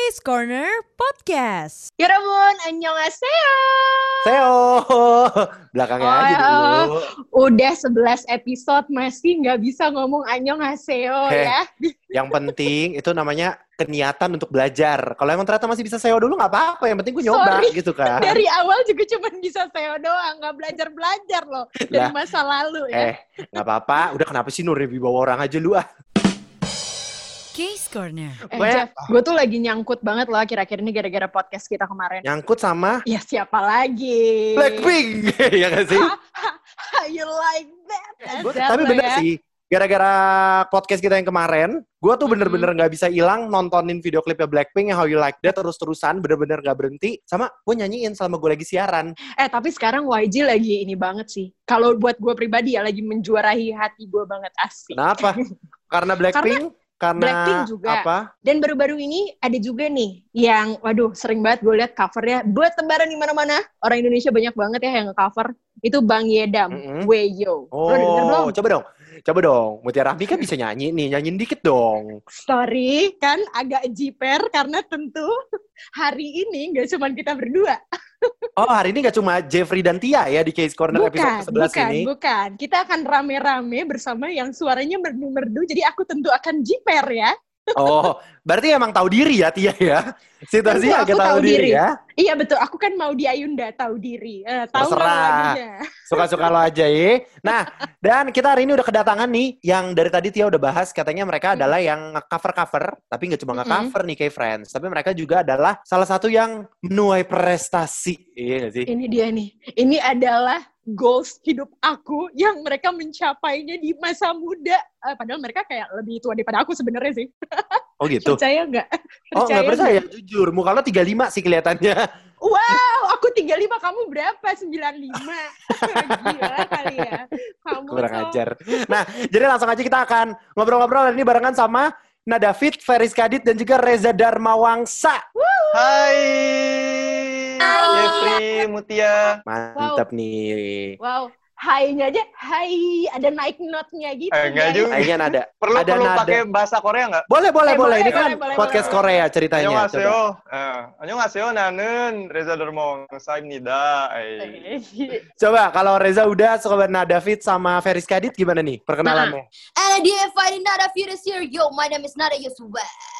Case Corner Podcast. 여러분, 안녕하세요. Seo, belakangnya aja dulu. Udah 11 episode masih nggak bisa ngomong annyeonghaseyo ya. Yang penting itu namanya keniatan untuk belajar. Kalau emang ternyata masih bisa Seo dulu nggak apa-apa. Yang penting gue nyoba gitu kan. Dari awal juga cuma bisa seo doang, nggak belajar loh dari masa lalu ya. Nggak apa-apa. Udah kenapa sih Nur bawa orang aja lu ah? Case Corner. Jeff, gue tuh lagi nyangkut banget loh akhir-akhir ini gara-gara podcast kita kemarin. Nyangkut sama? Ya siapa lagi? Blackpink, ya nggak sih? You like that? Tapi bener sih. Gara-gara podcast kita yang kemarin, gue tuh bener-bener gak bisa hilang nontonin video klipnya Blackpink yang How You Like That terus-terusan, bener-bener gak berhenti. Sama gue nyanyiin selama gue lagi siaran. Tapi sekarang YG lagi ini banget sih. Kalau buat gue pribadi ya, lagi menjuarai hati gue banget, asik. Kenapa? Karena Blackpink? Karena Blackpink juga. Apa? Dan baru-baru ini ada juga nih yang, waduh, sering banget gue lihat covernya buat tebaran di mana-mana. Orang Indonesia banyak banget ya yang nge-cover. Itu Bang Yedam, Weyo. Oh, lo denger belum? Coba dong. Mutiara Rahmi kan bisa nyanyi nih, nyanyiin dikit dong. Sorry, kan agak jiper karena tentu hari ini nggak cuma kita berdua. Oh, hari ini nggak cuma Jeffrey dan Tia ya di Case Corner episode 11 ini. Bukan. Kita akan rame-rame bersama yang suaranya merdu-merdu. Jadi aku tentu akan jiper ya. Oh, berarti emang tahu diri ya Tia ya? Situasinya agak tahu diri ya? Iya betul, aku kan mau di Ayunda tahu diri. Tahu terserah, suka-suka lo aja ya. Nah, dan kita hari ini udah kedatangan nih, yang dari tadi Tia udah bahas, katanya mereka adalah yang nge-cover, tapi nggak cuma nge-cover nih kayak Friends, tapi mereka juga adalah salah satu yang menuai prestasi. Iya nggak sih? Ini dia nih, ini adalah goals hidup aku yang mereka mencapainya di masa muda. Padahal mereka kayak lebih tua daripada aku sebenarnya sih. Oh gitu? Percaya nggak? Oh nggak percaya, jujur. Muka lo 35 sih kelihatannya. Wow, aku 35, kamu berapa? 95. Gila kali ya. Kamu kurang ajar. Nah, jadi langsung aja kita akan ngobrol-ngobrol ini barengan sama Nadavid, Feris Kadit, dan juga Reza Darmawangsa. Hai Jeffrey, Mutia. Mantap nih. Wow. Hai-nya aja, hai, ada naik note-nya gitu. Enggak juga. Hai-nya nada. Perlu nada. pakai bahasa Korea nggak? Boleh. Ini kan boleh, podcast Korea ceritanya. 안녕하세요. 안녕하세요. 나는 레자 더머사입니다. Coba kalau Reza udah, sobat Nadavid sama Feris Kadit gimana nih perkenalannya? Dia fighting Nada Furious here. Yo, my name is Nada Yosua.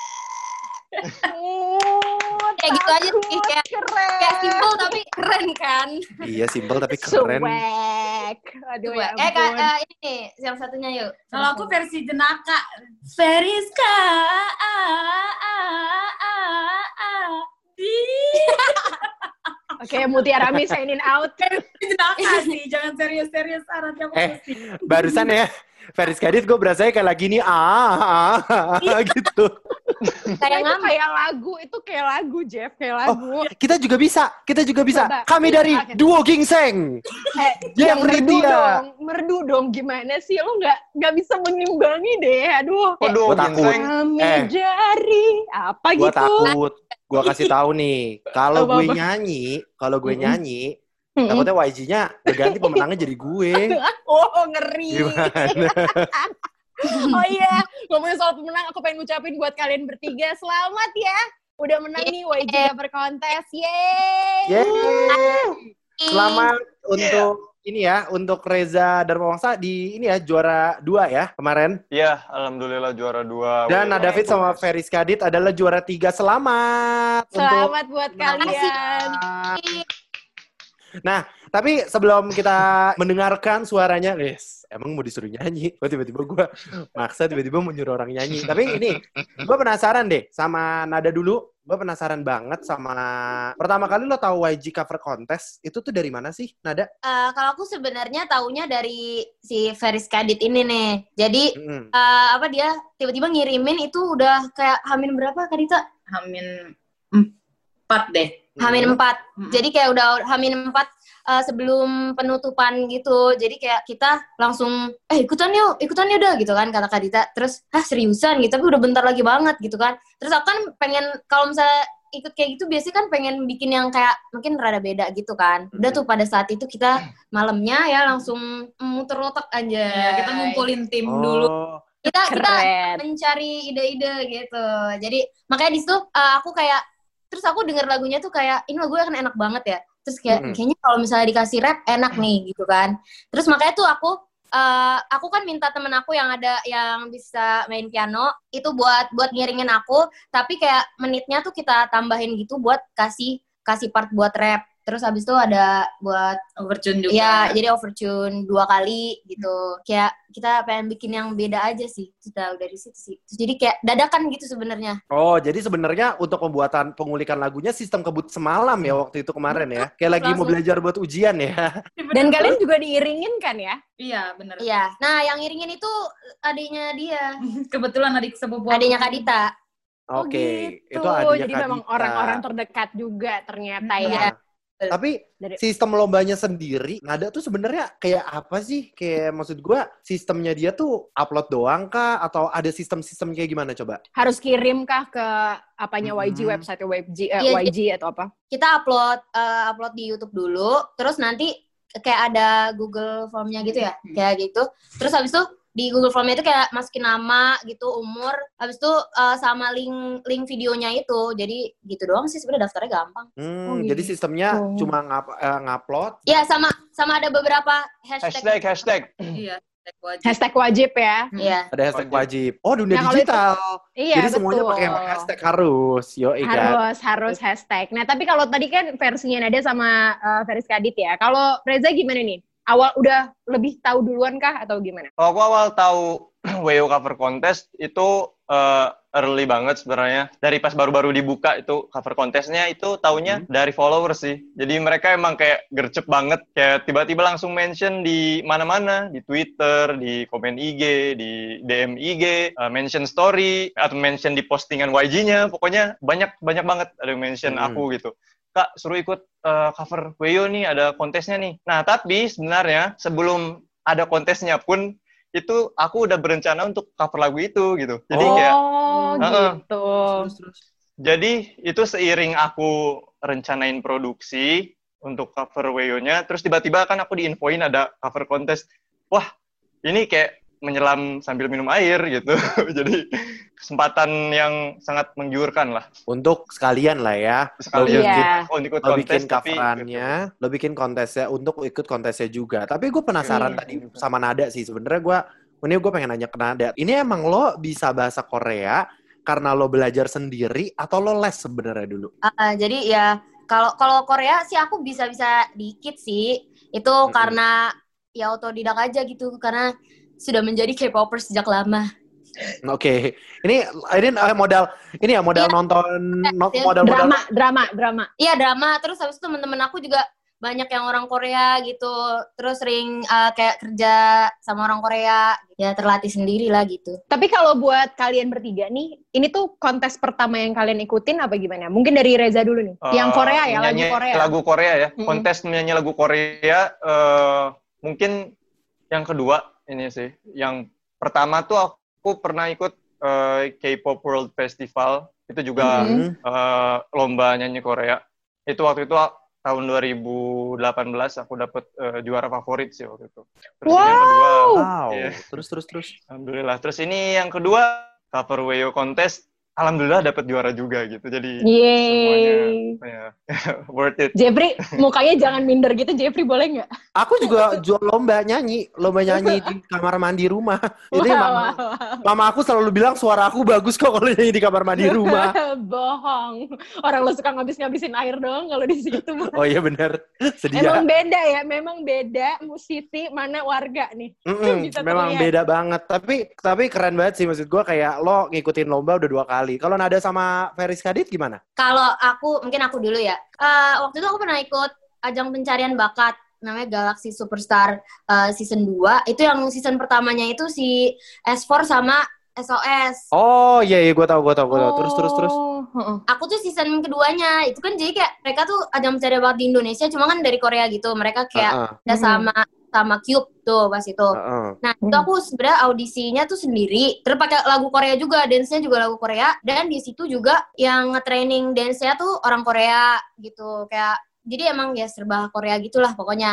Kayak gitu aja sih, kayak simple tapi keren kan? Iya, simple tapi keren. Swag. Aduh ya ini nih, yang satunya yuk. Kalau aku versi jenaka. Feriska. Oke, Mutiara Rahmi signing out. Jenaka sih, jangan serius-serius nanti aku pusing. Barusan ya, Feris Kadit gue berasanya kayak lagi nih gitu. Kayak lagu, Jeff, kayak lagu. Oh, kita juga bisa. Coba. Kami dari Duo Gingseng. Yang merdu dong. Gimana sih? Lo nggak bisa mengimbangi deh. Aduh. Gue takut. Kami jari apa Gue gitu? takut. Gue kasih tahu nih. Kalau gue nyanyi, takutnya YG-nya berganti pemenangnya jadi gue. Oh, ngeri. Gimana? Oh iya, ngomongin soal pemenang, aku pengen ngucapin buat kalian bertiga, selamat ya. Udah menang nih YG Cover Contest. Yeay. Selamat untuk ini ya, untuk Reza Darmawangsa di ini ya, juara 2 ya kemarin. Iya, alhamdulillah juara 2. Dan Nadavid sama Feris Kadit adalah juara 3. Selamat Buat kalian. Nah, tapi sebelum kita mendengarkan suaranya, emang mau disuruh nyanyi? Tiba-tiba gue maksa mau nyuruh orang nyanyi. Tapi ini, gue penasaran deh sama Nada dulu. Gue penasaran banget sama pertama kali lo tahu YG Cover Contest itu tuh dari mana sih, Nada? Kalau aku sebenarnya taunya dari si Feris Kadit ini nih. Jadi dia tiba-tiba ngirimin itu udah kayak Hamin berapa Kadita? Hamin 4 deh. Hamin 4. Jadi kayak udah Hamin 4 sebelum penutupan gitu. Jadi kayak kita langsung ikutan yuk udah gitu kan kata Kadita. Terus seriusan gitu, tapi udah bentar lagi banget gitu kan. Terus aku kan pengen kalau misalnya ikut kayak gitu biasanya kan pengen bikin yang kayak mungkin rada beda gitu kan. Udah tuh pada saat itu kita malamnya ya langsung muter otak aja. Ya, kita ngumpulin tim dulu. kita Keren. mencari ide-ide gitu. Jadi makanya di situ aku kayak terus aku denger lagunya tuh kayak ini lagu kan enak banget ya. Terus kayak kayaknya kalau misalnya dikasih rap enak nih gitu kan. Terus makanya tuh aku kan minta temen aku yang ada yang bisa main piano itu buat ngiringin aku, tapi kayak menitnya tuh kita tambahin gitu buat kasih part buat rap. Terus habis itu ada buat Overtune juga. ya jadi overtune 2 kali gitu. Kayak kita pengen bikin yang beda aja sih. Kita udah di situ sih. Terus jadi kayak dadakan gitu sebenarnya. Oh, jadi sebenarnya untuk pembuatan pengulikan lagunya sistem kebut semalam ya waktu itu kemarin ya. Kayak lagi mau Langsung. belajar buat ujian ya. Dan kalian juga diiringin kan ya? Iya, bener. Iya. Nah, yang iringin itu adiknya dia. Kebetulan adik sepupu. Adiknya Kadita. Oke, gitu. itu adiknya Jadi memang Kadita. orang-orang terdekat juga ternyata ya. Iya. Tapi Dari- sistem lombanya sendiri, Nada tuh sebenarnya kayak apa sih? Kayak maksud gua sistemnya dia tuh upload doang kah? Atau ada sistem-sistem kayak gimana coba? Harus kirim kah ke apanya YG, website Iya, YG atau apa? Kita upload di YouTube dulu, terus nanti kayak ada Google Form-nya gitu ya, kayak gitu. Terus habis itu di Google Form-nya itu kayak masukin nama gitu, umur, habis itu sama link videonya itu. Jadi gitu doang sih sebenarnya daftarnya gampang. Jadi sistemnya cuma ngupload. Iya, sama ada beberapa Hashtag. Iya, wajib. Hashtag wajib ya. Iya. Ada hashtag wajib. Oh, dunia Nah, kalau digital. Iya, Jadi semuanya betul. pakai hashtag harus. Yoi kan. Harus hashtag. Nah, tapi kalau tadi kan versinya Nada sama Feris Kadit ya. Kalau Reza gimana nih? Awal udah lebih tahu duluan kah atau gimana? Kalau aku awal tahu WO cover contest itu early banget sebenarnya. Dari pas baru-baru dibuka itu cover contestnya itu taunya dari followers sih. Jadi mereka emang kayak gercep banget. Kayak tiba-tiba langsung mention di mana-mana. Di Twitter, di komen IG, di DM IG, mention story, atau mention di postingan YG-nya. Pokoknya banyak banget ada yang mention aku gitu. Kak, suruh ikut cover WO nih, ada kontesnya nih. Nah, tapi sebenarnya sebelum ada kontesnya pun, itu aku udah berencana untuk cover lagu itu gitu. Jadi kayak gitu. Terus. jadi itu seiring aku rencanain produksi untuk cover WO-nya, terus tiba-tiba kan aku diinfoin ada cover kontes. Wah, ini kayak menyelam sambil minum air gitu. Jadi kesempatan yang sangat menggiurkan lah. Untuk sekalian lah ya. Sekalian Iya. ikut Lo bikin kontes, tapi coverannya, lo bikin kontesnya untuk ikut kontesnya juga. Tapi gue penasaran tadi sama Nada sih. Sebenarnya gue pengen nanya ke Nada. Ini emang lo bisa bahasa Korea karena lo belajar sendiri atau lo les sebenarnya dulu? Jadi ya kalau Korea sih aku bisa dikit sih. Itu karena ya otodidak aja gitu, karena sudah menjadi K-popers sejak lama. Oke. Ini modal nonton modal Drama. Iya, drama. Terus habis itu teman-teman aku juga banyak yang orang Korea gitu. Terus sering kayak kerja sama orang Korea. Ya terlatih sendiri lah gitu. Tapi kalau buat kalian bertiga nih, ini tuh kontes pertama yang kalian ikutin apa gimana? Mungkin dari Reza dulu nih. Yang Korea ya, lagu Korea. Lagu Korea ya. Kontes menyanyi lagu Korea mungkin yang kedua ini sih. Yang pertama tuh aku pernah ikut K-pop World Festival. Itu juga lomba nyanyi Korea. Itu waktu itu tahun 2018 aku dapet juara favorit sih waktu itu. Terus ini yang kedua. Wow. Ya, Terus. alhamdulillah. Terus ini yang kedua cover WO contest. Alhamdulillah dapat juara juga gitu. Jadi Yeay. semuanya worth it. Jeffrey, mukanya jangan minder gitu. Jeffrey boleh nggak? Aku juga jual lomba nyanyi di kamar mandi rumah. Ini mama aku selalu bilang suara aku bagus kok kalau nyanyi di kamar mandi rumah. Bohong. Orang lo suka ngabisin air doang kalau di situ. Oh iya benar. Sedih Emang ya. beda ya, memang beda musisi mana warga nih. Bisa Memang terlihat. beda banget. Tapi keren banget sih, maksud gue kayak lo ngikutin lomba udah 2 kali. Kalau Nada sama Feris Kadit gimana? Kalau mungkin aku dulu ya. Waktu itu aku pernah ikut ajang pencarian bakat namanya Galaxy Superstar season 2. Itu yang season pertamanya itu si S4 sama SOS. Oh iya gue tahu. Terus. Oh. Aku tuh season keduanya. Itu kan jadi kayak mereka tuh ajang pencarian bakat di Indonesia, cuma kan dari Korea gitu. Mereka kayak ada sama Cube tuh pas itu. Nah, itu aku sebenarnya audisinya tuh sendiri. Terus pakai lagu Korea juga, dance-nya juga lagu Korea, dan di situ juga yang nge-training dance-nya tuh orang Korea gitu. Kayak jadi emang ya serba Korea gitulah pokoknya.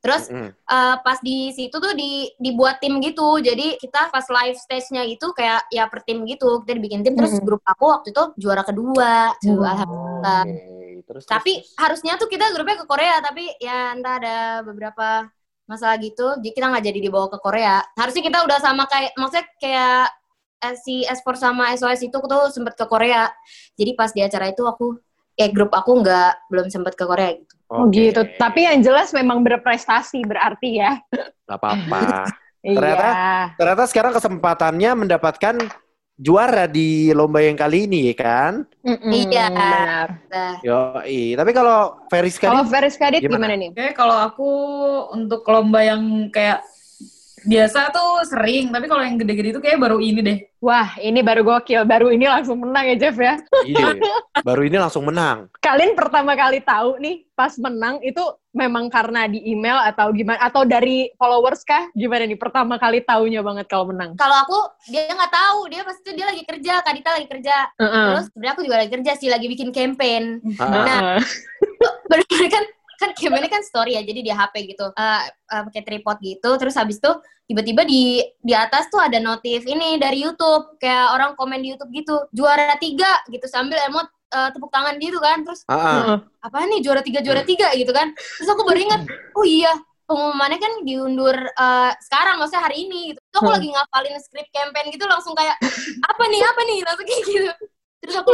Terus pas di situ tuh dibuat tim gitu. Jadi kita pas live stage-nya itu kayak ya per tim gitu. Kita dibikin tim. Terus grup aku waktu itu juara kedua. Alhamdulillah. Tapi harusnya tuh kita grupnya ke Korea. Tapi ya entah ada beberapa masalah gitu. Jadi kita nggak jadi dibawa ke Korea. Harusnya kita udah sama kayak, maksudnya kayak si S4 sama SOS itu tuh sempet ke Korea. Jadi pas di acara itu grup aku belum sempet ke Korea gitu. Oh gitu. Tapi yang jelas memang berprestasi berarti ya. Gak apa-apa. Iya. Ternyata sekarang kesempatannya mendapatkan juara di lomba yang kali ini kan? Iya. Benar. Yoi. Tapi kalau Kalau Feris Kadit gimana nih? Oke, kalau aku untuk lomba yang kayak biasa tuh sering, tapi kalau yang gede-gede itu kayak baru ini deh. Wah, ini baru gokil. Baru ini langsung menang ya, Jeff ya? Iya, baru ini langsung menang. Kalian pertama kali tahu nih, pas menang itu memang karena di email atau gimana? Atau dari followers kah? Gimana nih pertama kali taunya banget kalau menang? Kalau aku, dia nggak tahu. Dia pas itu dia lagi kerja, Kak Dita lagi kerja. Terus sebenarnya aku juga lagi kerja sih, lagi bikin campaign. Nah, benar-benar kan campaignnya kan story ya, jadi di HP gitu, pakai tripod gitu. Terus habis itu tiba-tiba di atas tuh ada notif ini dari YouTube, kayak orang komen di YouTube gitu, juara 3 gitu, sambil emot tepuk tangan gitu kan. Terus apa nih juara 3 gitu kan. Terus aku baru ingat, oh iya pengumumannya kan diundur sekarang, maksudnya hari ini gitu. Terus aku lagi ngapalin skrip campaign gitu, langsung kayak apa nih langsung kayak gitu. Terus aku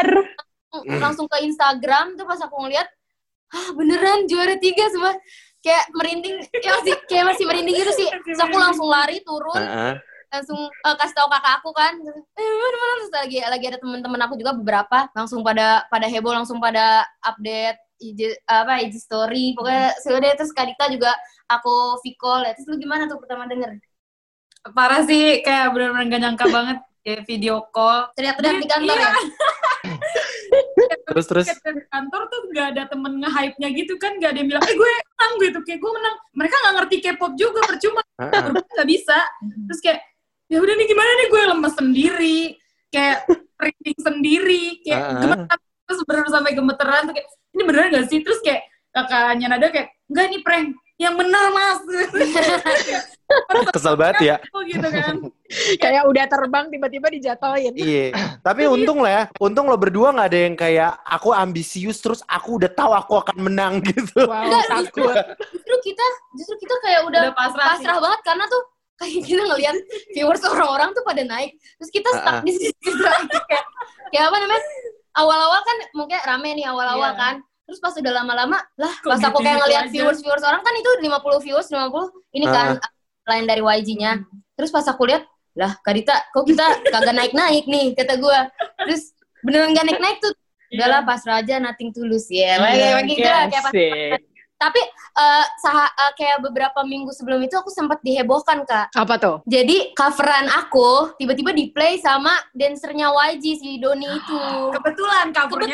langsung ke Instagram tuh, pas aku ngeliat beneran juara 3 semua, kayak merinding ya, masih merinding gitu sih. Terus aku langsung lari turun, langsung kasih tahu kakak aku kan, terus lagi ada teman-teman aku juga beberapa, langsung pada heboh, langsung pada update IG story, pokoknya sudah. Terus Kak Dita juga aku V-call ya. Terus lu gimana tuh pertama denger? Parah sih, kayak bener-bener gak nyangka banget, kayak video call. Teriak-teriak di kantor ya? Terus di kantor tuh gak ada temen nge-hype-nya gitu kan, gak ada yang bilang, gue menang gitu, kayak gue menang. Mereka gak ngerti K-pop juga, percuma, gak bisa. Terus kayak, ya udah nih gimana nih, gue lemes sendiri, kayak merinding sendiri, kayak gemeteran, terus bener sampai gemeteran, tuh kayak, ini beneran gak sih? Terus kayak kakaknya Nada kayak, enggak ini prank, yang benar mas. Kesel banget ya. Gitu kan. Kayak udah terbang tiba-tiba dijatuhin. Iya. Tapi untung lah ya. Untung lo berdua gak ada yang kayak aku ambisius terus aku udah tahu aku akan menang gitu. Wow, Justru kita kayak udah pasrah banget, karena tuh kayak kita ngelihat viewers orang-orang tuh pada naik, terus kita stuck di situ kayak apa namanya, awal-awal kan mungkin rame nih awal-awal kan. Terus pas udah lama-lama lah, pas aku kayak ngelihat viewers orang kan itu 50 viewers, 50 ini kan lain dari YG-nya. Terus pas aku lihat, lah Kak Dita, kok kita kagak naik-naik nih, kata gue. Terus beneran gak naik-naik tuh, udahlah pasrah aja, nothing tulus ya. Kayak gitu lah, kayak pas. Tapi kayak beberapa minggu sebelum itu aku sempat dihebohkan, Kak. Apa tuh? Jadi coveran aku tiba-tiba di-play sama dancernya YG, si Doni itu. Kebetulan covernya.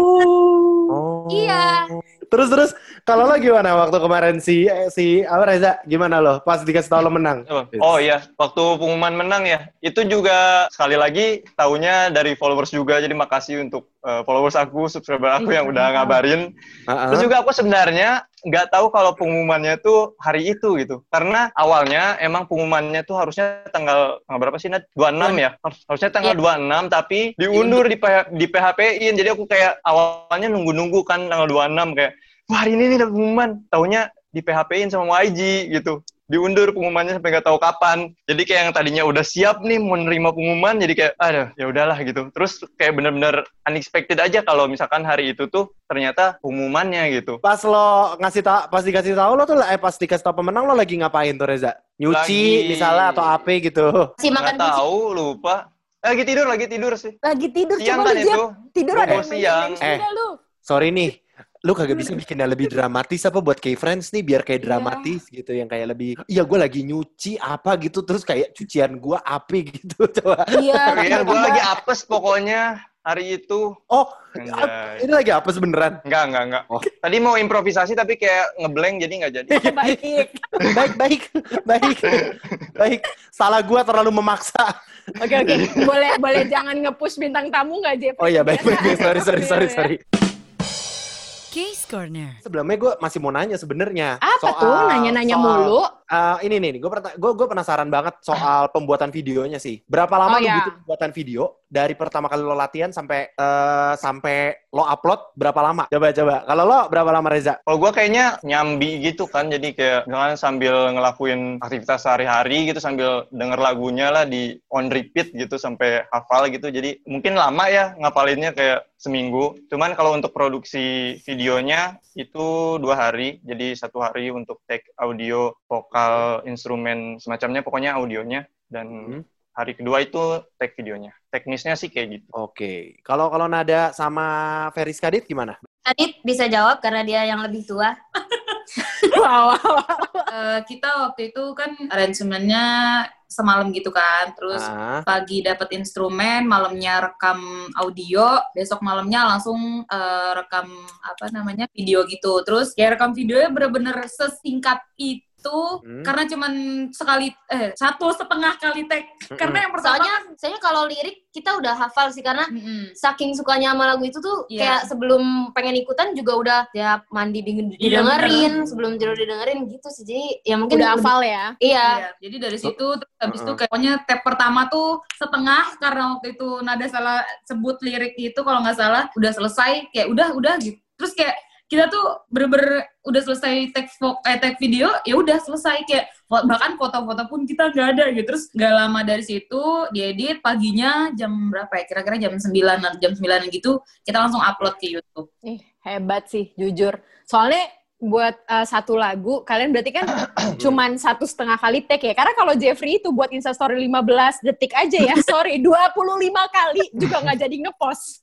Iya. Terus kalau lo gimana waktu kemarin si Reza, gimana lo pas dikasih tau lo menang? Oh iya, waktu pengumuman menang ya, itu juga sekali lagi taunya dari followers juga, jadi makasih untuk followers aku, subscriber aku yang udah ngabarin. Terus juga aku sebenarnya nggak tahu kalau pengumumannya tuh hari itu gitu, karena awalnya emang pengumumannya tuh harusnya tanggal berapa sih, Nat? 26 ya? Harusnya tanggal 26, tapi diundur di PHP-in, jadi aku kayak awalnya nunggu-nunggu kan tanggal 26, kayak wah hari ini nih ada pengumuman, taunya di PHP-in sama YG gitu, diundur pengumumannya sampai nggak tahu kapan. Jadi kayak yang tadinya udah siap nih menerima pengumuman, jadi kayak aduh ya udahlah gitu. Terus kayak bener-bener unexpected aja kalau misalkan hari itu tuh ternyata pengumumannya gitu. Pas lo pas dikasih tahu lo tuh pas dikasih tahu pemenang lo lagi ngapain tuh Reza? Nyuci misalnya atau apa gitu? Si makan nggak tahu, lupa. Lagi tidur sih. Lagi tidur, siang coba kan itu. Tidur ada siang. Sorry nih. Lu kagak bisa bikinnya lebih dramatis apa buat K-Friends nih, biar kayak dramatis gitu, yang kayak lebih, iya gue lagi nyuci apa gitu, terus kayak cucian gue api gitu, coba. Iya, gue lagi apes pokoknya hari itu. Oh, ini lagi apes beneran? Enggak. Oh. Tadi mau improvisasi tapi kayak ngeblank jadi nggak jadi. Baik. Salah gue terlalu memaksa. Oke. Boleh jangan nge-push bintang tamu nggak, Jeff? Oh iya, baik. Sorry. Case Corner. Sebelumnya gue masih mau nanya sebenarnya. Apa tuh? Nanya-nanya mulu. Ini nih, gue penasaran banget soal pembuatan videonya sih. Berapa lama lu butuh pembuatan video? Dari pertama kali lo latihan sampai lo upload, berapa lama? Coba. Kalau lo berapa lama, Reza? Kalau gue kayaknya nyambi gitu kan, jadi kayak jangan sambil ngelakuin aktivitas sehari-hari gitu, sambil denger lagunya lah di on repeat gitu sampai hafal gitu. Jadi mungkin lama ya ngapalinnya kayak seminggu. Cuman kalau untuk produksi videonya itu 2 hari. Jadi 1 hari untuk take audio, vokal, instrumen semacamnya, pokoknya audionya. Dan hari kedua itu take videonya. Teknisnya sih kayak gitu. Oke. Kalau Nada sama Feris Kadit gimana? Adit bisa jawab karena dia yang lebih tua. Kita waktu itu kan aransemennya semalam gitu kan, terus pagi dapat instrumen, malamnya rekam audio, besok malamnya langsung rekam video gitu. Terus ya rekam videonya bener-bener sesingkat itu karena cuman 1,5 kali take. Karena yang pertama soalnya kalau lirik kita udah hafal sih karena saking sukanya sama lagu itu tuh kayak sebelum pengen ikutan juga udah tiap mandi didengerin, sebelum tidur didengerin gitu sih. Jadi ya mungkin udah hafal ya. Iya. Jadi dari situ terus habis itu kayaknya tab pertama tuh setengah karena waktu itu Nada salah sebut lirik itu kalau nggak salah, udah selesai kayak udah gitu. Terus kayak kita tuh bener-bener udah selesai take video, ya udah selesai kayak bahkan foto-foto pun kita nggak ada gitu. Terus nggak lama dari situ diedit, paginya jam berapa ya? Kira-kira jam 9 gitu kita langsung upload ke YouTube. Hebat sih, jujur. Soalnya buat satu lagu, kalian berarti kan cuman 1,5 kali take ya? Karena kalau Jeffrey itu buat Instastory 15 detik aja ya, sorry, 25 kali juga nggak jadi ngepost.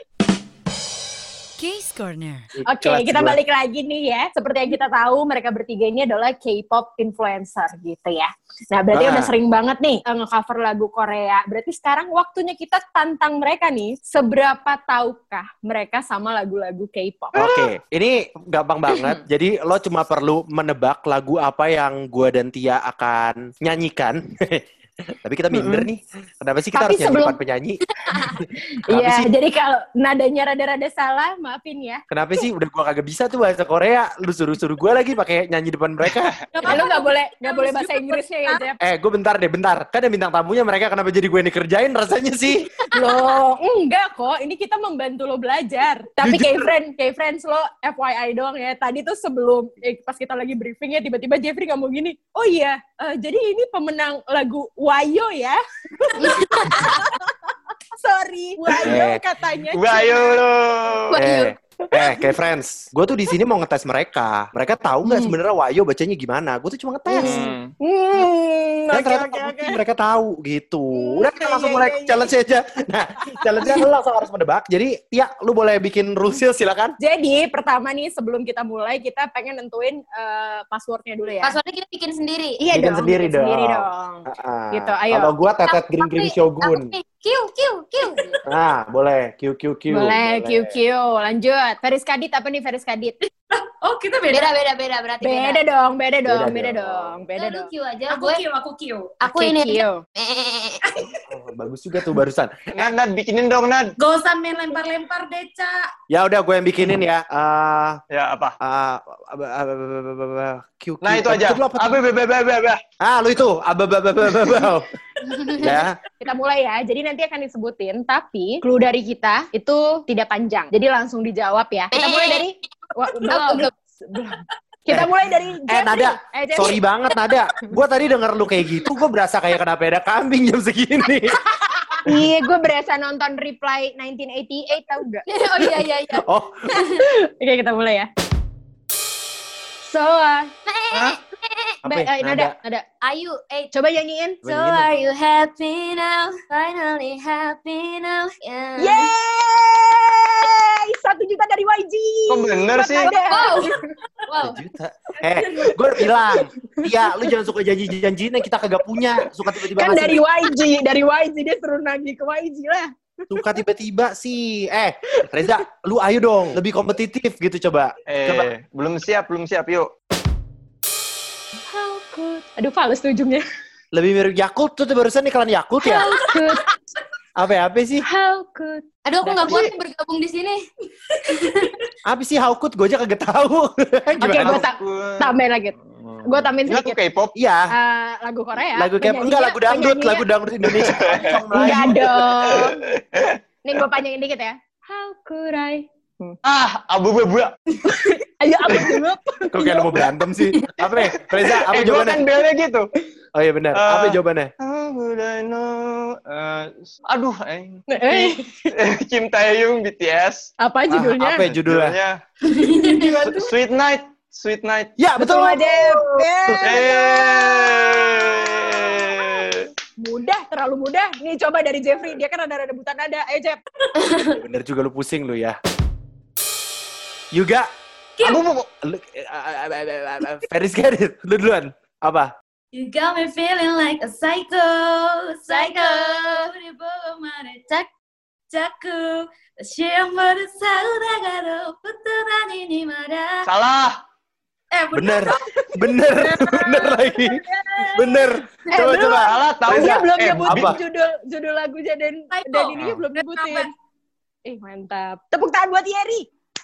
Case Corner. Oke, kita balik lagi nih ya. Seperti yang kita tahu, mereka bertiga ini adalah K-pop influencer gitu ya. Nah, berarti udah sering banget nih nge-cover lagu Korea. Berarti sekarang waktunya kita tantang mereka nih. Seberapa tahukah mereka sama lagu-lagu K-pop? Oke, ini gampang banget. Jadi lo cuma perlu menebak lagu apa yang gua dan Tia akan nyanyikan. Tapi kita minder nih. Kenapa sih kita harus nyanyi depan penyanyi? Iya, jadi kalau nadanya rada-rada salah, maafin ya. Kenapa sih? Udah gua kagak bisa tuh bahasa Korea. Lu suruh gua lagi pakai nyanyi depan mereka. Lu nggak boleh bahasa Inggrisnya ya, Jeff. Gue bentar. Kan ada bintang tamunya mereka, kenapa jadi gue yang dikerjain rasanya sih? Loh, enggak kok. Ini kita membantu lo belajar. Tapi K-Friends lo FYI doang ya. Tadi tuh sebelum, pas kita lagi briefing ya, tiba-tiba Jeffrey ngomong gini, oh iya, jadi ini pemenang lagu Wayo ya. Sorry, Wayo katanya. Wayo. Kayak friends, gue tuh di sini mau ngetes mereka. Mereka tahu nggak sebenarnya Wayo bacanya gimana? Gue tuh cuma ngetes. Oke. Mereka tahu gitu. Udah kita langsung mulai challenge aja. Nah, challenge-nya lu langsung harus menebak. Jadi, ya, lu boleh bikin rules silakan. Jadi pertama nih sebelum kita mulai kita pengen nentuin passwordnya dulu ya. Passwordnya kita bikin sendiri. Iya bikin dong. Sendiri dong. Gitu, ayo. Kalau gue Tetet Green Shogun. Q. Nah, boleh. Q. Boleh, Q. Lanjut. Feris Kadit apa nih Feris Kadit? Oh, kita beda. Beda berarti Beda dong. Lu Q aja, Aku Q. Aku ini. Q. Bagus juga tuh barusan. Nad, bikinin dong, Nad. Gak usah main lempar-lempar deh, Ca. Ya udah gue yang bikinin ya. Ya, apa? Q. Nah, itu aja. Lu itu. Ya. Kita mulai ya. Jadi nanti akan disebutin, tapi clue dari kita itu tidak panjang. Jadi langsung dijawab ya. Kita mulai dari belum. Kita mulai dari Jeffrey. Nada, sorry banget Nada. Gue tadi denger lu kayak gitu, gue berasa kayak kena peda kambing jam segini. Iya, gue berasa nonton Reply 1988, tau gak? Oh iya. Oh. Oke, kita mulai ya. Nada. Ayu, coba nyanyiin. So are you happy now? Finally happy now. Yeay! 1 juta dari YG. Kok bener sih? Wow. 1 juta. Gue bilang, ya lu jangan suka janji-janjiin yang kita kagak punya. Suka tiba-tiba kan dari YG dia suruh nagih ke YG lah. Suka tiba-tiba sih. Reza, lu ayo dong, lebih kompetitif gitu coba. Coba. Belum siap, yuk. Aduh, fals tuh ujungnya. Lebih mirip Yakult tuh barusan iklan Yakult ya. Apa sih? How could... Aduh, aku nggak kuat nih bergabung di sini. Apa sih how could? Gue aja kagak tahu. Oke, gue tambahin lagi. Gue tambahin Ini lagu sedikit. K-pop. Iya. Lagu Korea. Lagu K-pop. Enggak, lagu dangdut Indonesia. Enggak dong. Nih gue panjangin dikit ya. How could I? Abu-abu. Ayo apa dulu? Kok kayak mau berantem sih? Apa nih? Reza, apa Gua jawabannya? kan belnya gitu. Oh iya benar. Apa jawabannya? How would I know? Aduh, Kim Taehyung BTS. Apa judulnya? Apa judulnya? Sweet Night. Sweet Night. Ya, betul. Jeff. Yeay. Mudah, terlalu mudah. Nih coba dari Jeffrey, dia kan ada rebutan nada. Ayo Jeff. Bener juga lu pusing lu ya. Juga. Feris Gadit. Lu duluan. Apa? You got me feeling like a psycho. 자꾸 시험을 사우다가도 붙어다니니 말야. Salah. Bener lagi. Bener. Coba. Salah tahu Dia nggak? belum nyebutin apa? judul lagunya dan ininya belum nyebutin. Apa? Mantap. Tepuk tangan buat Yeri.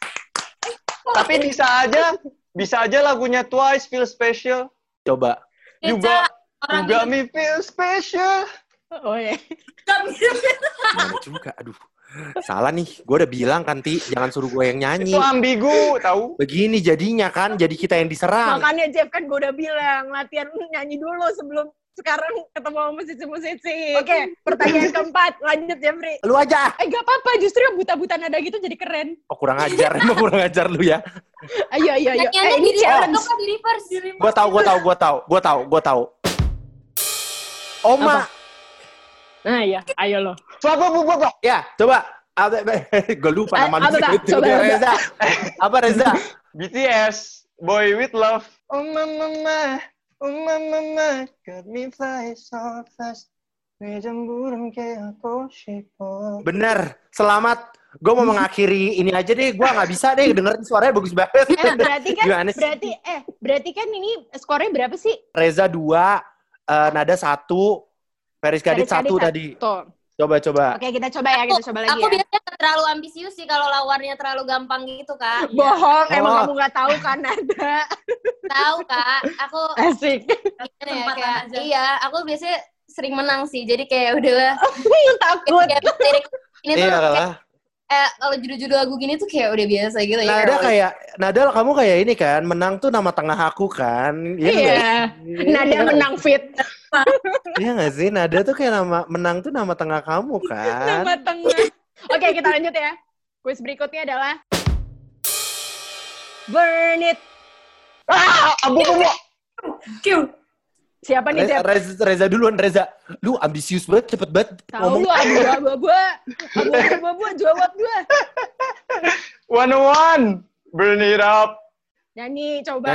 Tapi bisa aja lagunya Twice Feel Special. Coba. You got me feel special. Oh ya. Gimana juga? Aduh. Salah nih. Gue udah bilang kan, Ti. Jangan suruh gue yang nyanyi. Itu ambigu, tahu? Begini jadinya kan. Jadi kita yang diserang. Makanya Jeff kan gue udah bilang latihan nyanyi dulu sebelum sekarang ketemu sama musisi-musisi. Oke, pertanyaan keempat. Lanjut Jeffrey. Lu aja. Gak apa-apa, justru yang buta-buta nada gitu jadi keren. Oh, kurang ajar. Emang kurang ajar lu ya. Ayo. Nyanyiannya Ini di challenge. reverse, di reverse. Gue tahu. Oma. Nah ya, ayo lo. Coba. Ya, coba. Gue lupa nama lu. Coba. Reza. Apa Reza? BTS, Boy With Love. Oh mama, got me fly so fast. Mejan burung kayak aku 싶어. Bener. Selamat. Gue mau mengakhiri ini aja deh. Gue nggak bisa deh dengerin suaranya bagus banget. Berarti kan ini skornya berapa sih? Reza 2, Nada 1, Feris Gadit 1 tadi. Tuh. Coba. Oke, kita coba lagi Aku ya. biasanya nggak terlalu ambisius sih kalau lawannya terlalu gampang gitu, Kak. Bohong, emang Oh. kamu nggak tahu kan nada. Tahu, Kak. Aku Asik. gimana ya, Kesempatan kayak, aja. iya, aku biasanya sering menang sih. Jadi kayak udahlah. Takut. Kayak lirik ini tuh Iya kayak, lah. kalau judul-judul lagu gini tuh kayak udah biasa gitu ya. Nada kamu kayak ini kan, menang tuh nama tengah aku kan. Iya. Nada menang fit. Iya nggak sih? Nada tuh kayak menang tuh nama tengah kamu kan. Nama tengah. Oke, kita lanjut ya. Kuis berikutnya adalah Burn It. Abu-abu. Q. Siapa nih, Jeff? Reza duluan, Reza. Lu ambisius banget, cepet banget. Tahu lu abu-abu, jawab gua. 101, Burn It Up. Nyanyi coba.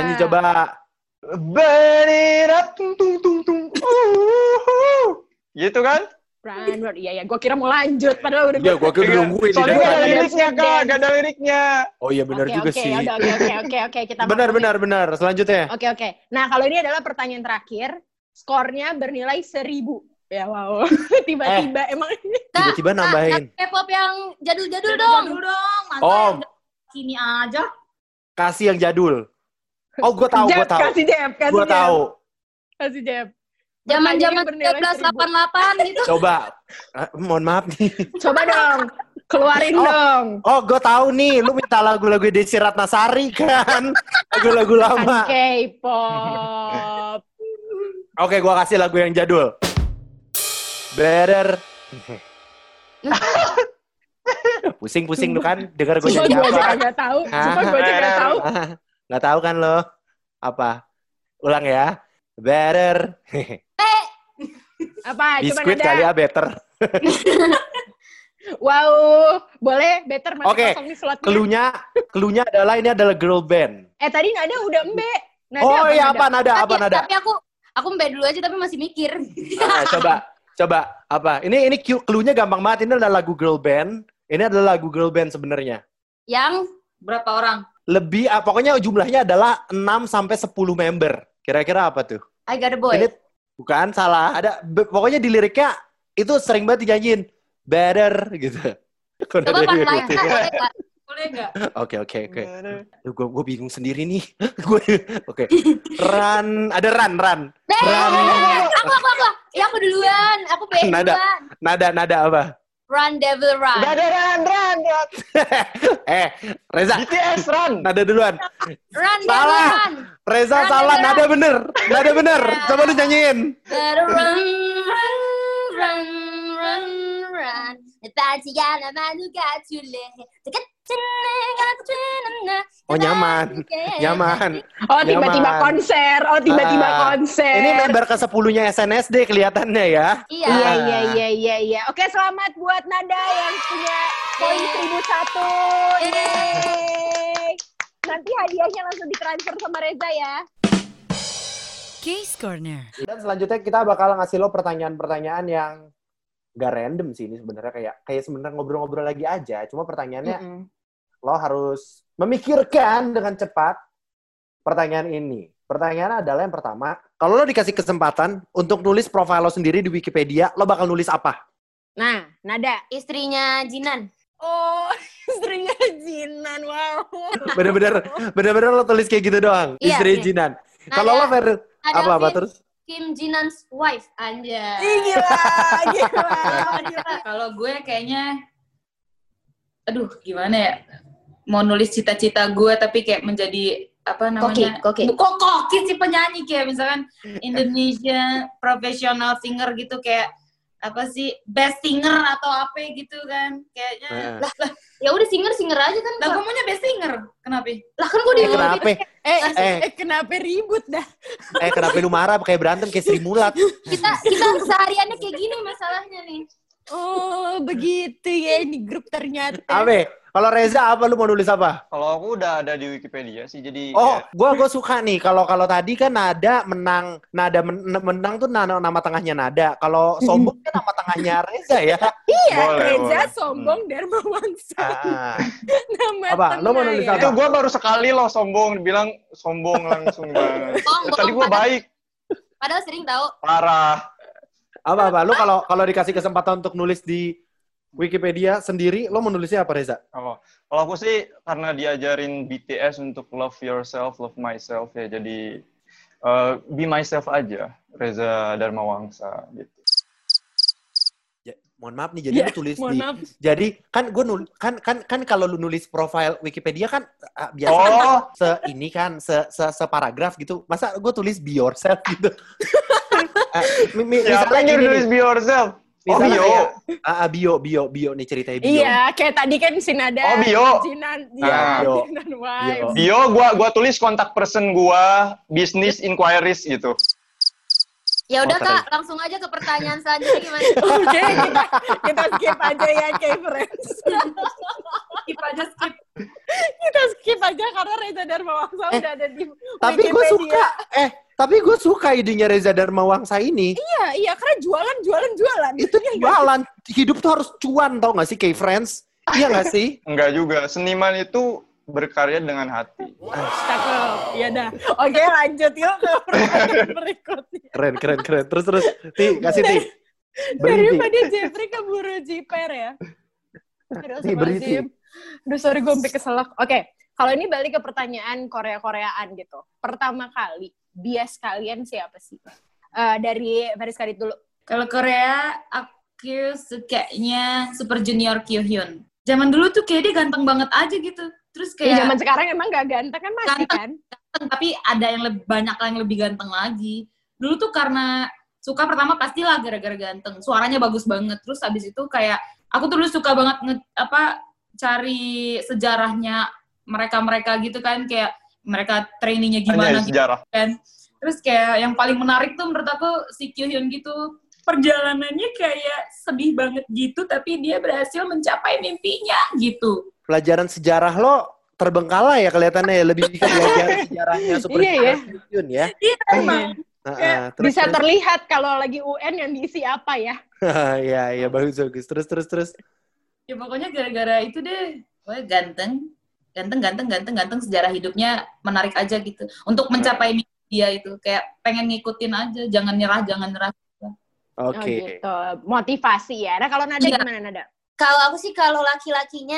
Burn it up, tung tung tung tung. Gitu kan? Run. Iya, gua kira mau lanjut padahal udah. Iya, gua kira udah nungguin. Soalnya Nih, gak ada Dan. liriknya, Kak. Gak ada liriknya. Oh iya benar juga sih. Oke, kita Benar. Selanjutnya. Oke. Nah, kalau ini adalah pertanyaan terakhir. Skornya bernilai 1000. Ya, wow. Tiba-tiba emang. Tiba-tiba nambahin. K-pop yang jadul-jadul dong. Jadul dong. Masa Oh. yang kini aja. Kasih yang jadul. Oh, gue tahu. Kasih Jeff. Kasih Jeff. Zaman-zaman Bernilai 1388 gitu. Coba. Mohon maaf nih. Coba dong. Keluarin dong. Oh, gue tahu nih. Lu minta lagu-lagu Desi Ratnasari kan? Lagu-lagu lama. K-pop. Oke, gue kasih lagu yang jadul. Better. Pusing-pusing lu kan? Dengar gue Sumpah nyanyi gue aja apa? kagak tahu. Sumpah gue aja kagak tahu. Nggak tahu kan lo? Apa? Ulang ya. Better. Apa? Coba Biskuit nada. kali ya, better. Wow. Boleh? Better masih Oke, kosong nih slotnya. Cluenya adalah ini adalah girl band. Tadi nada udah embe. Nada Oh iya, apa nada? Tapi aku mbak dulu aja tapi masih mikir. Coba apa? Ini cluenya gampang banget. Ini adalah lagu girl band. Ini adalah lagu girl band sebenarnya. Yang Berapa orang? Lebih pokoknya jumlahnya adalah 6 sampai 10 member. Kira-kira apa tuh? I Got a Boy. Ini bukan salah. Pokoknya di liriknya itu sering banget dinyanyiin. better gitu. Kok Coba ada pas yang live ngikutin? boleh nggak? Boleh nggak? Oke. Gue bingung sendiri nih. Oke. Run. Run. Aku. Ya aku duluan. Aku pengen Nada. duluan. Nada apa? Run Devil Run. Udah ada run. Reza. BTS run. Nada duluan. Run Devil Salah. Run. Reza Run, salah. Run. Nada bener. Coba lu nyanyiin. Gotta run. Tatiana manuka tule. Oh, nyaman. Oh, tiba-tiba Nyaman. konser. Ini member ke-10-nya SNSD kelihatannya ya. Iya. Oke, selamat buat Nada yang punya poin 1001. Yeay. Nanti hadiahnya langsung ditransfer sama Reza ya. Case Corner. Dan selanjutnya kita bakal ngasih lo pertanyaan-pertanyaan yang gak random sih ini sebenarnya kayak sebenarnya ngobrol-ngobrol lagi aja. Cuma pertanyaannya lo harus memikirkan dengan cepat pertanyaan ini. Pertanyaan adalah yang pertama, kalau lo dikasih kesempatan untuk nulis profil lo sendiri di Wikipedia, lo bakal nulis apa? Nah, Nada. Istrinya Jinan. Oh, istrinya Jinan. Wow. Bener-bener lo tulis kayak gitu doang. Iya, Istri iya. Jinan. Kalau lo apa terus? Kim Jinan's wife, anjay. Gila. Kalau gue kayaknya, aduh gimana ya, mau nulis cita-cita gue tapi kayak menjadi apa namanya? Koki. Koki si penyanyi kayak misalkan Indonesia professional singer gitu kayak apa sih best singer atau apa gitu kan kayaknya. Ya udah singer aja kan. Lah gue maunya best singer, kenapa? Lah kan gue di Kenapa? Kenapa ribut dah? Kenapa lu marah kayak berantem kayak Sri Mulat? kita sehariannya kayak gini masalahnya nih. Oh, begitu ya ini grup ternyata. Abe, kalau Reza apa lu mau nulis apa? Kalau aku udah ada di Wikipedia sih, jadi Oh, gue suka nih. Kalau tadi kan Nada menang tuh nama tengahnya Nada. Kalau sombong kan nama tengahnya Reza ya. Iya, Boleh, Reza boleh. sombong Dharma Wangsa. Apa? Nama Lo mau nulis tengah apa? itu gue baru sekali loh sombong, dibilang sombong langsung banget. Sombong, Tadi gue baik, Padahal sering tahu. parah. Apa? Lu kalau dikasih kesempatan untuk nulis di Wikipedia sendiri, lo mau nulisnya apa, Reza? Kalau aku sih karena diajarin BTS untuk love yourself, love myself ya, jadi be myself aja, Reza Dharma Wangsa gitu. Ya, mohon maaf nih, jadi lu tulis mohon di. maaf. Jadi kan gue kan kalau lu nulis profil Wikipedia kan biasanya separagraf gitu. Masa gue tulis be yourself gitu? Siapa yang nyuruh nulis be yourself? Misalnya bio. kayak, bio nih ceritanya bio. Iya, kayak tadi kan si Nada. Oh, bio. Jinan, Bio. Jinan wife. Bio, gua tulis kontak person gua, business inquiries gitu. Ya udah Oh, Kak, langsung aja ke pertanyaan selanjutnya gimana? Oke, kita skip aja ya, kayak friends. Kita skip aja karena Reza Dharma Wangsa udah ada di Tapi gue Wikipedia. suka idenya Reza Dharma Wangsa ini. Iya, karena jualan. Itu jualan. Hidup tuh harus cuan, tau gak sih, kayak friends? Iya gak sih? Enggak juga, seniman itu berkarya dengan hati. Cakep, iya dah. Oke, lanjut yuk ke pertanyaan berikutnya. Keren. Terus. Ti, kasih Ti. Berhenti. Daripada Jeffrey keburu jiper ya. Aduh, Berhenti. Aduh, sorry gue sampai keselak. Oke, kalau ini balik ke pertanyaan Korea-Koreaan gitu. Pertama kali, bias kalian siapa sih? Dari Faris Kadit dulu. Kalau Korea, aku sukanya Super Junior Kyohyun. Zaman dulu tuh kayak dia ganteng banget aja gitu. Terus Ya, kayak zaman sekarang emang gak ganteng kan masih kan? ganteng, tapi ada yang banyak yang lebih ganteng lagi. Dulu tuh karena suka pertama pastilah gara-gara ganteng. Suaranya bagus banget. Terus habis itu kayak aku tuh dulu suka banget cari sejarahnya mereka gitu kan, kayak mereka trainingnya gimana Hanya gitu sejarah. kan. Terus kayak yang paling menarik tuh menurut aku si Kyohyun gitu. Perjalanannya kayak sedih banget gitu, tapi dia berhasil mencapai mimpinya gitu. Pelajaran sejarah lo terbengkalai ya kelihatannya ya. Lebih ke belajar sejarahnya Super Iya, ya. Junior ya. Iya emang. Bisa terlihat kalau lagi UN yang diisi apa ya. Iya, bagus. Terus. Ya pokoknya gara-gara itu deh. Wah, ganteng sejarah hidupnya menarik aja gitu. Untuk mencapai mimpi dia itu kayak pengen ngikutin aja, jangan nyerah. Oh Oke. gitu. Motivasi ya. Nah kalau Nada Iya. gimana Nada? Kalau aku sih kalau laki-lakinya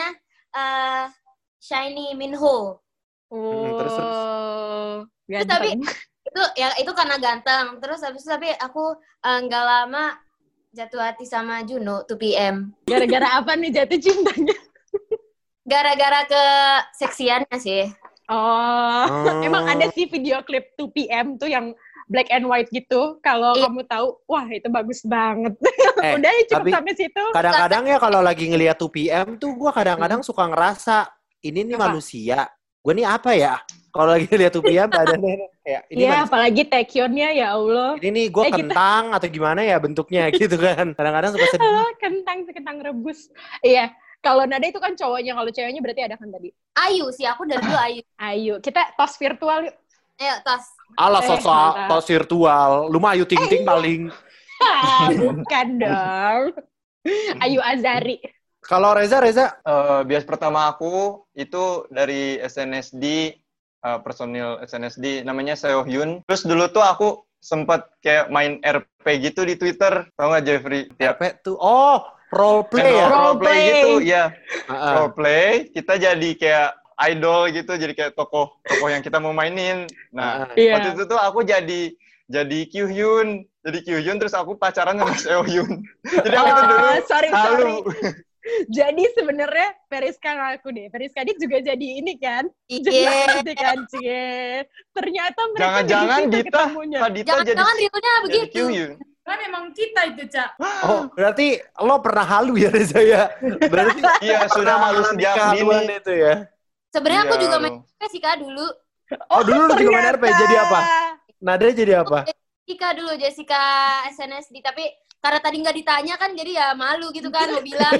Shiny Minho. Terus. Ganteng. Tapi itu karena ganteng. Terus habis itu tapi aku nggak lama jatuh hati sama Juno 2PM. Gara-gara apa nih jatuh cintanya? Gara-gara ke seksiannya sih. Oh, emang ada sih video klip 2PM tuh yang black and white gitu. Kalau Iya. kamu tahu, wah itu bagus banget. Eh, Udah ya cukup tapi sampai situ. kadang-kadang ya kalau lagi ngeliat 2PM tuh gue kadang-kadang suka ngerasa ini nih Apa? manusia. Gue nih apa ya? Kalau lagi ngeliat 2PM badannya kayak ini Iya, manusia. apalagi Taekyon-nya ya Allah. Ini nih gue kita- kentang atau gimana ya bentuknya gitu kan. Kadang-kadang suka sedih. Kentang rebus. Iya, kalau Nada itu kan cowoknya, kalau ceweknya berarti ada kan tadi. Ayu sih, aku dari dulu Ayu. Ayo, kita tos virtual yuk. Ayo, tos. Alah sosok mantap. tos virtual. Lu mah Ayu Ting Ting paling. Bukan dong. Ayu Azari. Kalau Reza Bias pertama aku itu dari SNSD, personil SNSD namanya Seohyun. Terus dulu tuh aku sempet kayak main RP gitu di Twitter. Tau gak Jeffrey? Tiap apa tuh? Oh, role play ya. Role Roleplay play. gitu, ya. Heeh. Roleplay, kita jadi kayak idol gitu, jadi kayak tokoh yang kita mau mainin. Nah, Iya. waktu itu tuh aku jadi Kyuhyun. Jadi Kyuhyun terus aku pacaran sama Seohyun. Jadi aku tuh dulu sorry. halu. Jadi sebenarnya Periska ngaku deh. Periska Dik juga jadi ini kan. Iya. Jadi kan, Cie. Ternyata mereka Jangan-jangan di situ Dita, ketemunya. Kak Dita jadi Jangan-jangan realnya jadi begitu. Kyuhyun. Kan emang kita itu, Cak. Oh, berarti lo pernah halu ya Reza ya? Berarti Iya, sudah malu mengalami sejak kehaluan dini. itu ya. Sebenarnya aku Iya, juga loh. main RP sih Kak dulu. Oh, dulu lu juga main RP, jadi apa? Nada jadi apa? Jessica SNSD, tapi karena tadi nggak ditanya kan jadi ya malu gitu kan mau bilang.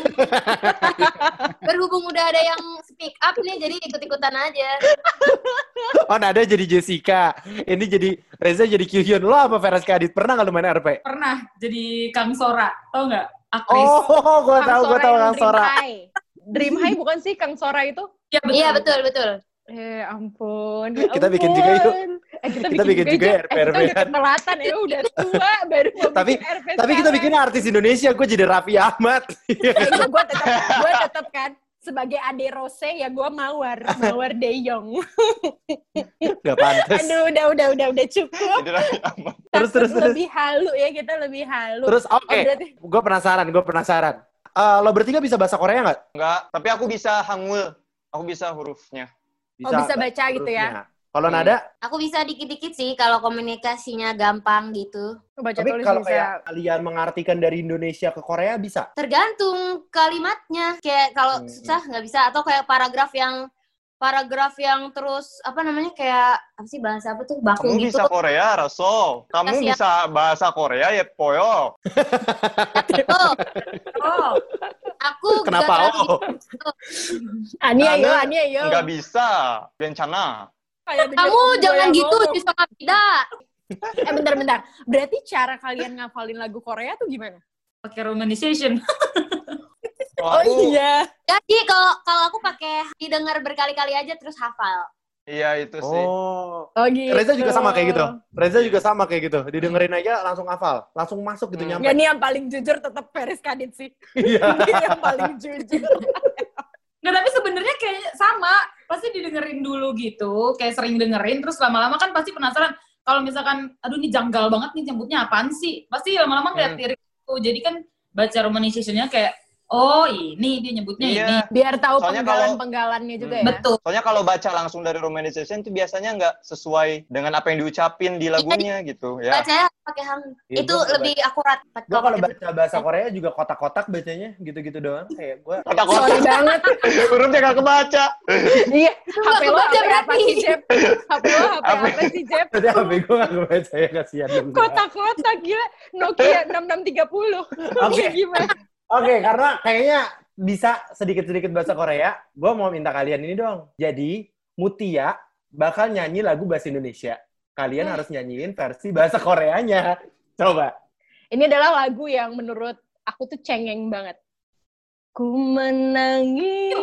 Berhubung udah ada yang speak up nih jadi ikut-ikutan aja. Oh, Nada jadi Jessica. Ini jadi Reza jadi Kyuhyun. Lo apa Periska Adit? Pernah nggak lu main RP? Pernah jadi Kang Sora, tau nggak? Aktris. Oh, gue tahu Kang Sora. Dream High bukan sih Kang Sora itu? Iya, betul. Iya betul. Ampun. Kita bikin juga yuk. Kita bikin juga ya, ya. Kita udah ketelatan ya, udah tua baru mau Tapi- bikin RP Tapi kita bikin artis Indonesia. Gue jadi Raffi Ahmad. gue tetap kan sebagai Ade Rose ya gue Mawar De Jong. Gak pantas. Aduh, udah cukup. Jadi Raffi Ahmad. Terus. Lebih halu ya, kita lebih halu. Terus oke. Oh, berarti Gue penasaran. Lo bertiga bisa bahasa Korea nggak? Enggak, tapi aku bisa hangul. Aku bisa hurufnya. bisa baca gitu ya? hurufnya. Kalau Nada? Aku bisa dikit-dikit sih kalau komunikasinya gampang gitu. baca Tapi tulis kalau bisa. kayak kalian mengartikan dari Indonesia ke Korea bisa? Tergantung kalimatnya. Kayak kalau susah nggak bisa atau kayak paragraf yang terus apa namanya kayak apa sih bahasa apa tuh baku Kamu gitu. bisa Korea, Raso. Kamu Siap. bisa bahasa Korea ya, Poyo. Oh, Oh, aku Kenapa? nggak Oh, Ania yo. Enggak bisa. Bencana. Kayak Kamu gue jangan yang gitu, ngomong. justru tidak. Bentar. Berarti cara kalian ngafalin lagu Korea tuh gimana? pakai romanization. Kalau aku, iya. Jadi kalau aku pakai didengar berkali-kali aja terus hafal. iya itu sih. oh. Oh gitu. Reza juga sama kayak gitu. Didengerin aja langsung hafal, langsung masuk gitu nyampe. Nggak, nih yang paling jujur tetap Periska Adit sih. Iya. Dia yang paling jujur. Nggak, tapi sebenarnya kayak sama. Pasti didengerin dulu gitu, kayak sering dengerin, terus lama-lama kan pasti penasaran. Kalau misalkan, aduh ini janggal banget nih, nyebutnya apaan sih? Pasti lama-lama ngeliat lirik itu. Jadi kan baca romanization-nya kayak, oh ini dia nyebutnya Iya. ini. Biar tahu Soalnya penggalan-penggalannya juga ya. Betul. Soalnya kalau baca langsung dari romanization itu biasanya nggak sesuai dengan apa yang diucapin di lagunya gitu ya. Bacanya pakai hang. Iya, Itu gua lebih akurat. Gue kalau baca bahasa Korea juga kotak-kotak bacanya gitu-gitu doang. Kayak gue. Sorry Kotak-kotak. banget. Hurufnya nggak kebaca. Iya. HP lo kebaca HP apa berarti. sih, Jep? HP lo HP apa sih, Jep? Tadi HP gue gak kebaca ya, kasihan. Kotak-kotak gila. Nokia 6630. Oke. Gimana? Oke, karena kayaknya bisa sedikit-sedikit bahasa Korea, gue mau minta kalian ini dong. Jadi, Mutia bakal nyanyi lagu bahasa Indonesia. Kalian harus nyanyiin versi bahasa Koreanya. Coba. Ini adalah lagu yang menurut aku tuh cengeng banget. Ku menangis,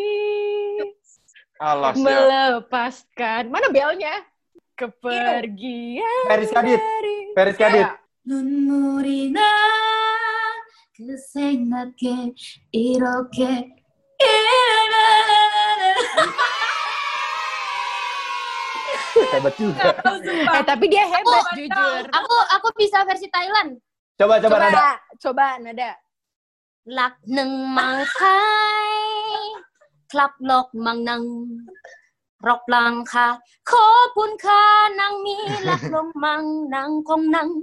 Alas ya. melepaskan. Mana belnya? Kepergian Periska Adit. dari... Periska Adit. 눈물이 나 그 생각에 이렇게 Hebat juga. Tapi dia hebat jujur. Aku bisa versi Thailand. Coba Nada. Coba Nada. Lạc nâng mang khai Klap lok mang nang Rok lang ka Ko pun ka nang mi Lak long mang nang kong nang.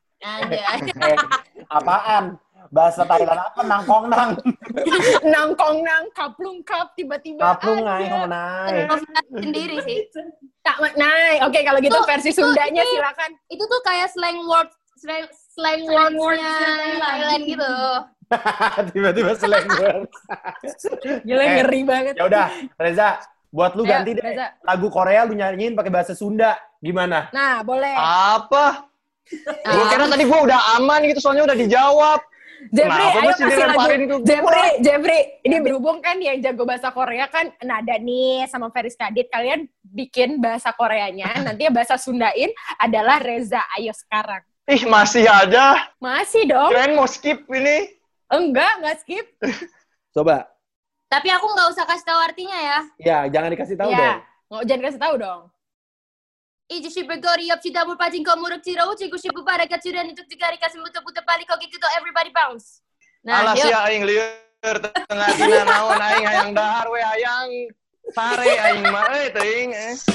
Apaan? Bahasa Thailand apa? Nangkong nang. Nangkong nang, kaplung kap, tiba-tiba Kaplung nai, nai. Sendiri sih. Nai, oke kalau gitu versi Sundanya silakan. Itu tuh kayak slang words-nya Thailand gitu. Tiba-tiba slang words. Gila ngeri banget. Ya udah, Reza, buat lu ganti deh. Reza. Lagu Korea lu nyanyiin pakai bahasa Sunda. Gimana? Nah, boleh. Apa? Gue kira tadi gue udah aman gitu, soalnya udah dijawab. Jeffrey, Kenapa ayo mesti kasih dilemparin lagu. ke gua? Jeffrey, ini berhubung kan yang jago bahasa Korea kan Nada nih sama Feris Kadit. Kalian bikin bahasa Koreanya, nanti bahasa Sundain adalah Reza. Ayo sekarang. Ih, masih aja. Masih dong. Kirain mau skip ini. Nggak skip. Coba. Tapi aku nggak usah kasih tahu artinya ya. Ya, jangan dikasih tahu dong. Jangan kasih tahu dong. Ijushi bergori up cita berpacing kau muruk cirau ciku shibu pada kacuran untuk digari kasih muter-muter balik kau gitu everybody bounce. Nah, Alas yuk. ya aing lieur tengah tina naon aing hayang dahar we hayang sare aing mah teuing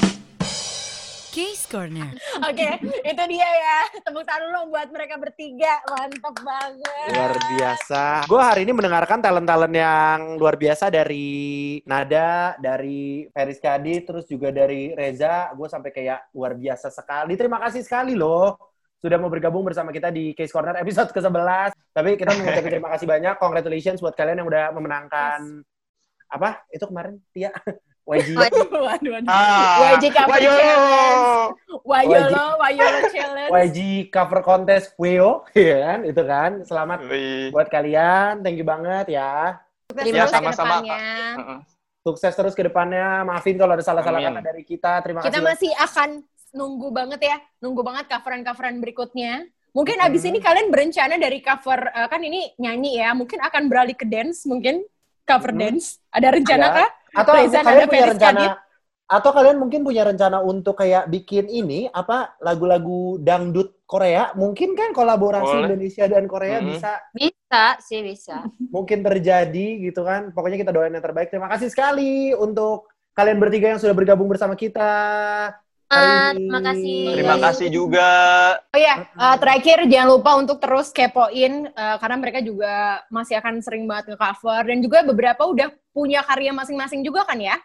Case Corner. Oke, itu dia ya. Tepuk tangan dulu buat mereka bertiga. Mantap banget. Luar biasa. Gue hari ini mendengarkan talent-talent yang luar biasa dari Nada, dari Feris Kadit, terus juga dari Reza. Gue sampai kayak luar biasa sekali. Terima kasih sekali loh sudah mau bergabung bersama kita di Case Corner episode ke-11. Tapi kita mengucapkan terima kasih banyak. Congratulations buat kalian yang udah memenangkan apa? Itu kemarin, Tia. YG. Waduh. Ah, YG cover challenge. Wayolo challenge. YG cover contest Weo, ya kan? Itu kan. Selamat buat kalian. Thank you banget ya. Terima kasih sama-sama. kedepannya. Sukses terus ke depannya. Maafin kalau ada salah-salah Amin. kata dari kita. Terima kasih. Kita masih akan nunggu banget ya. Nunggu banget coveran-coveran berikutnya. Mungkin abis ini kalian berencana dari cover, kan ini nyanyi ya. Mungkin akan beralih ke dance mungkin. Cover dance. Ada rencana kah? Atau Reza, kalian Nada, punya Feris, rencana Kadit? atau kalian mungkin punya rencana untuk kayak bikin ini apa lagu-lagu dangdut Korea, mungkin kan kolaborasi Boleh. Indonesia dan Korea bisa Bisa. mungkin terjadi gitu kan. Pokoknya kita doain yang terbaik. Terima kasih sekali untuk kalian bertiga yang sudah bergabung bersama kita hari ini. Terima kasih. Terima kasih juga. Oh iya, terakhir jangan lupa untuk terus kepoin karena mereka juga masih akan sering banget nge-cover dan juga beberapa udah punya karya masing-masing juga kan ya.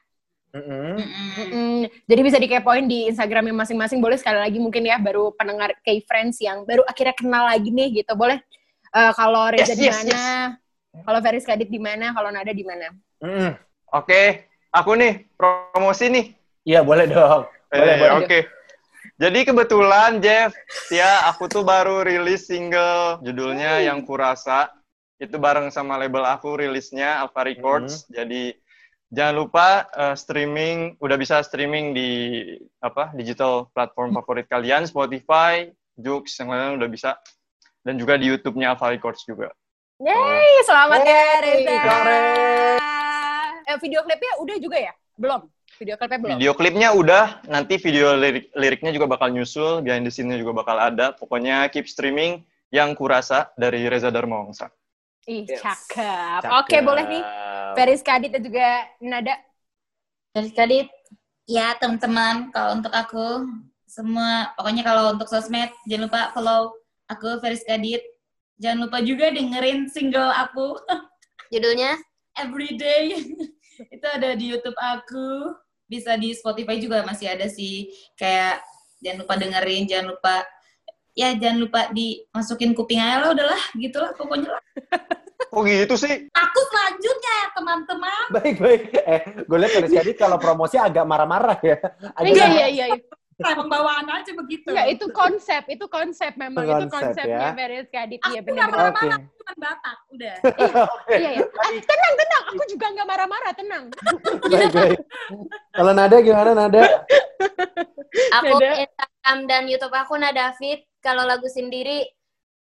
Jadi bisa dikepoin di Instagramnya masing-masing. Boleh sekali lagi mungkin ya baru pendengar K-Friends yang baru akhirnya kenal lagi nih gitu. Boleh kalau Reza di mana, kalau Feris Kadit di mana, kalau Nada di mana. Oke, aku nih promosi nih. Iya boleh dong. Boleh. Oke. Jadi kebetulan Jeff, ya aku tuh baru rilis single judulnya Yang Kurasa. Itu bareng sama label aku rilisnya Alpha Records. Jadi jangan lupa streaming, udah bisa streaming di digital platform favorit kalian, Spotify, Joox, yang lain udah bisa. Dan juga di YouTube-nya Alpha Records juga. Yeay, selamat ya Reza. Keren. Video klipnya udah juga ya? Belum? Video klipnya belum? Video klipnya udah, nanti video liriknya juga bakal nyusul, behind the scene-nya juga bakal ada. Pokoknya keep streaming Yang Kurasa dari Reza Darmawangsa. Ih, Yes. cakep. Oke, boleh nih. Feris Kadit dan juga Nada. Feris Kadit. Ya, teman-teman, kalau untuk aku, semua, pokoknya kalau untuk sosmed, jangan lupa follow aku, Feris Kadit. Jangan lupa juga dengerin single aku, Judulnya? Everyday. Itu ada di YouTube aku. Bisa di Spotify juga masih ada sih. Kayak, jangan lupa dengerin, jangan lupa dimasukin kuping aja lah, udahlah, gitulah pokoknya lah. Oh gitu sih? Aku selanjutnya ya, teman-teman. Baik. Gue lihat Feris Kadit kalau promosi agak marah-marah ya. Iya. Emang bawaan aja begitu. Ya, itu konsep memang. Itu Konsep, konsepnya ya. Feris Kadit. Aku Iya, nggak benar-benar. marah-marah, aku cuma Batak, udah. Iya. Tenang. Aku juga nggak marah-marah, tenang. Baik. Kalau Nada gimana Nada? Aku Nada. Instagram dan YouTube aku Nada Fit. Kalau lagu sendiri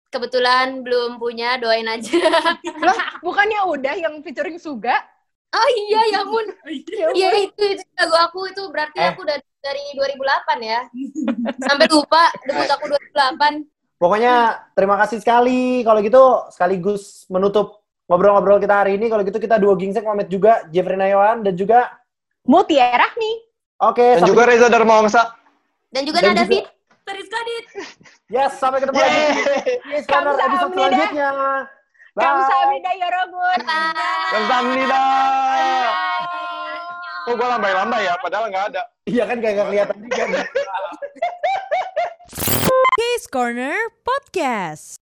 kebetulan belum punya, doain aja. Loh, bukannya udah yang featuring Suga? Oh iya, ya ampun. Iya itu lagu aku itu berarti aku dari 2008 ya. Sampai lupa debut aku 2008. Pokoknya terima kasih sekali. Kalau gitu sekaligus menutup ngobrol-ngobrol kita hari ini. Kalau gitu kita duo Gingsek pamit juga. Jeffrey Nayawan dan juga Mutia Rahmi. Oke. Dan juga Reza Darmawangsa. Dan juga Nada Fit. Teriska Dit. Yes, sampai ketemu lagi di Corner episode selanjutnya. Bye. Kamsahamnida yorobun. Kamsahamnida. Kok gue lambai-lambai ya, padahal nggak ada. Iya kan kayak kelihatan juga. Case Corner Podcast.